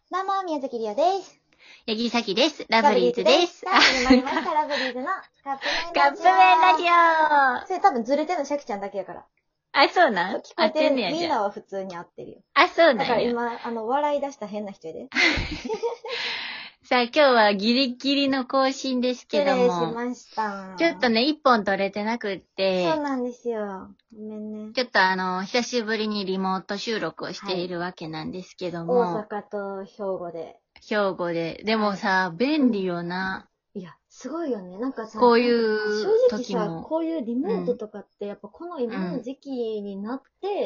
どうも、宮崎りおです。 八木咲です。ラブリーズです。 さあ、始まりました、ラブリーズのカップ麺ラジオ。 カップ麺ラジオ。 それ多分ずれてるのシャキちゃんだけやから。 あ、そうなん聞こえてる。 ねやみんなは普通に合ってるよ。 あ、そうなんや。 だから今、笑い出した変な人やで。 さあ、今日はギリギリの更新ですけども。 失礼しました。 ちょっとね、一本取れてなくって。 そうなんですよ。ごめんね。 ちょっと久しぶりにリモート収録をしているわけなんですけども。 大阪と兵庫で。 兵庫で。でもさ、便利よな。 いや、すごいよね。なんかさ、 こういう時も。 正直さ、こういうリモートとかって、やっぱこの今の時期になって、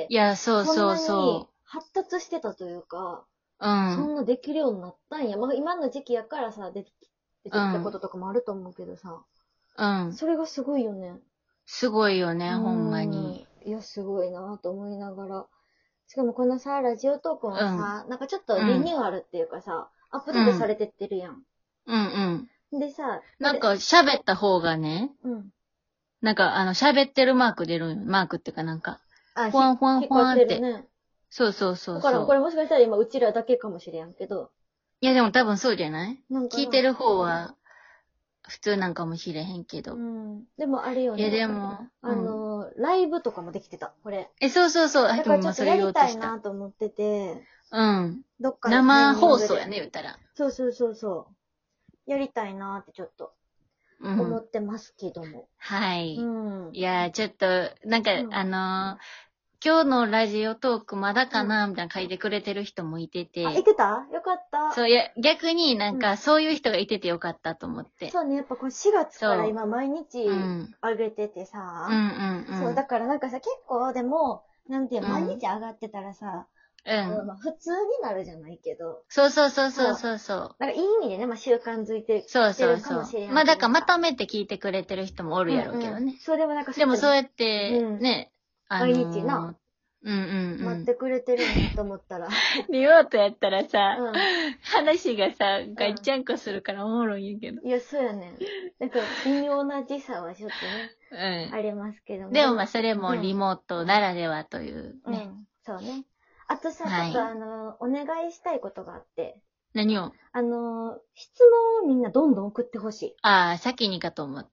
いや、そうそうそんなに発達してたというか、そんなできるようになったんや。まあ今の時期やからさ、出てきたこととかもあると思うけどさ。それがすごいよね。 すごいよね、ほんまに。 いや、すごいなと思いながら。しかもこのさ、ラジオトークもさ、なんかちょっとリニューアルっていうかさ、アップデートされてってるやん。でさ、 なんか喋った方がね、なんか喋ってるマーク出るんよ。マークっていうかなんか、ふわんふわんふわんって。そうそうそう。 だからこれもしかしたら今うちらだけかもしれんけど。 いやでも多分そうじゃない聞いてる方は普通なんかもしれへんけど。 でもあれよね。 いやでも、 ライブとかもできてた、これ。 そうそうそう。 だからちょっとやりたいなと思ってて。どっかで生放送やね、言ったら。 そうそうそうそう。やりたいなってちょっと思ってますけども。 はい。いや、ちょっと、なんか、今日のラジオトークまだかなみたいな書いてくれてる人もいてて。 あ、いてたよかった。 そう、いや、逆になんか、そういう人がいててよかったと思って。 そうね、やっぱこれ4月から今毎日上げててさ。そう、だからなんかさ、結構でも、なんていう毎日上がってたらさ、普通になるじゃないけど。 そうそうそうそうそうそう。 なんかいい意味でね、習慣づいてるかもしれない。そうそう。 まあだからまとめて聞いてくれてる人もおるやろうけどね。 そうでもなんかでもそうやって、ね、 毎日な。待ってくれてるんだと思ったら。 リモートやったらさ、話がさ、ガッチャンコするからおもろいんやけど。 いや、そうやね。なんか微妙な時差はちょっとね、ありますけどね。でもまあそれもリモートならではというね。 そうね。あとさ、ちょっとお願いしたいことがあって。 何を質問をみんなどんどん送ってほしい。 ああ、先にかと思った。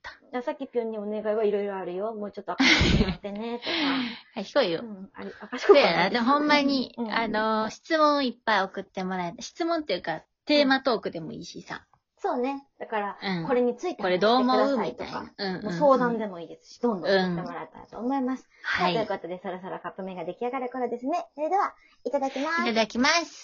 さきぴょんにお願いはいろいろあるよ。もうちょっと明るくなってね、とか。 賢いよ。 賢いよ。で、ほんまに、質問いっぱい送ってもらえた。質問っていうか、テーマトークでもいいしさ。 そうね。だから、これについてこれどう思うみたいな。 もう相談でもいいですし、どんどん送ってもらえたらと思います。はい。ということで、そろそろカップ麺が出来上がる頃ですね。それでは、いただきます。 いただきます。